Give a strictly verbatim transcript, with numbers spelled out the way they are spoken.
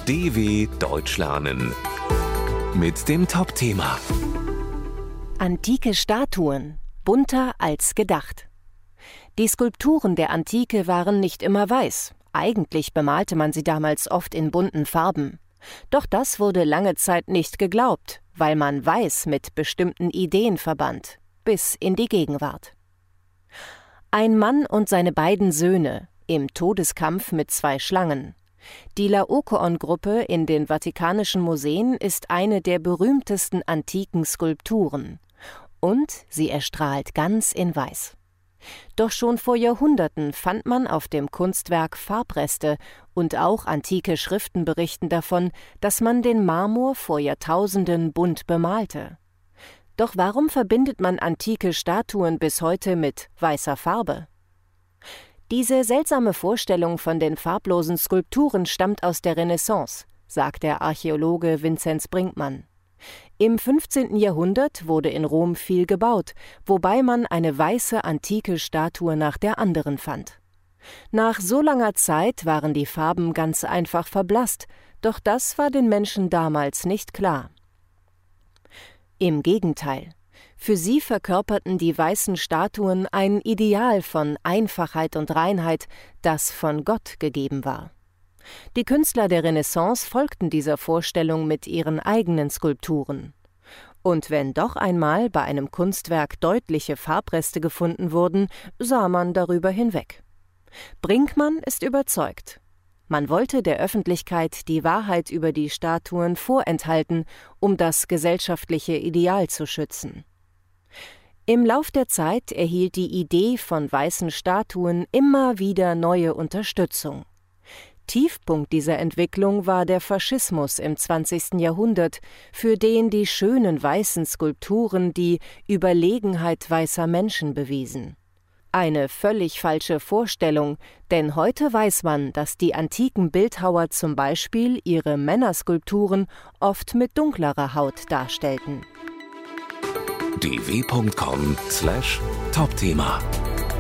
D W Deutsch lernen mit dem Top-Thema Antike Statuen, bunter als gedacht. Die Skulpturen der Antike waren nicht immer weiß. Eigentlich bemalte man sie damals oft in bunten Farben. Doch das wurde lange Zeit nicht geglaubt, weil man Weiß mit bestimmten Ideen verband, bis in die Gegenwart. Ein Mann und seine beiden Söhne im Todeskampf mit zwei Schlangen. Die Laokoon-Gruppe in den Vatikanischen Museen ist eine der berühmtesten antiken Skulpturen. Und sie erstrahlt ganz in Weiß. Doch schon vor Jahrhunderten fand man auf dem Kunstwerk Farbreste und auch antike Schriften berichten davon, dass man den Marmor vor Jahrtausenden bunt bemalte. Doch warum verbindet man antike Statuen bis heute mit weißer Farbe? Diese seltsame Vorstellung von den farblosen Skulpturen stammt aus der Renaissance, sagt der Archäologe Vinzenz Brinkmann. Im fünfzehnten Jahrhundert wurde in Rom viel gebaut, wobei man eine weiße antike Statue nach der anderen fand. Nach so langer Zeit waren die Farben ganz einfach verblasst, doch das war den Menschen damals nicht klar. Im Gegenteil, für sie verkörperten die weißen Statuen ein Ideal von Einfachheit und Reinheit, das von Gott gegeben war. Die Künstler der Renaissance folgten dieser Vorstellung mit ihren eigenen Skulpturen. Und wenn doch einmal bei einem Kunstwerk deutliche Farbreste gefunden wurden, sah man darüber hinweg. Brinkmann ist überzeugt. Man wollte der Öffentlichkeit die Wahrheit über die Statuen vorenthalten, um das gesellschaftliche Ideal zu schützen. Im Lauf der Zeit erhielt die Idee von weißen Statuen immer wieder neue Unterstützung. Tiefpunkt dieser Entwicklung war der Faschismus im zwanzigsten Jahrhundert, für den die schönen weißen Skulpturen die Überlegenheit weißer Menschen bewiesen. Eine völlig falsche Vorstellung, denn heute weiß man, dass die antiken Bildhauer zum Beispiel ihre Männerskulpturen oft mit dunklerer Haut darstellten. d w punkt com slash Top-Thema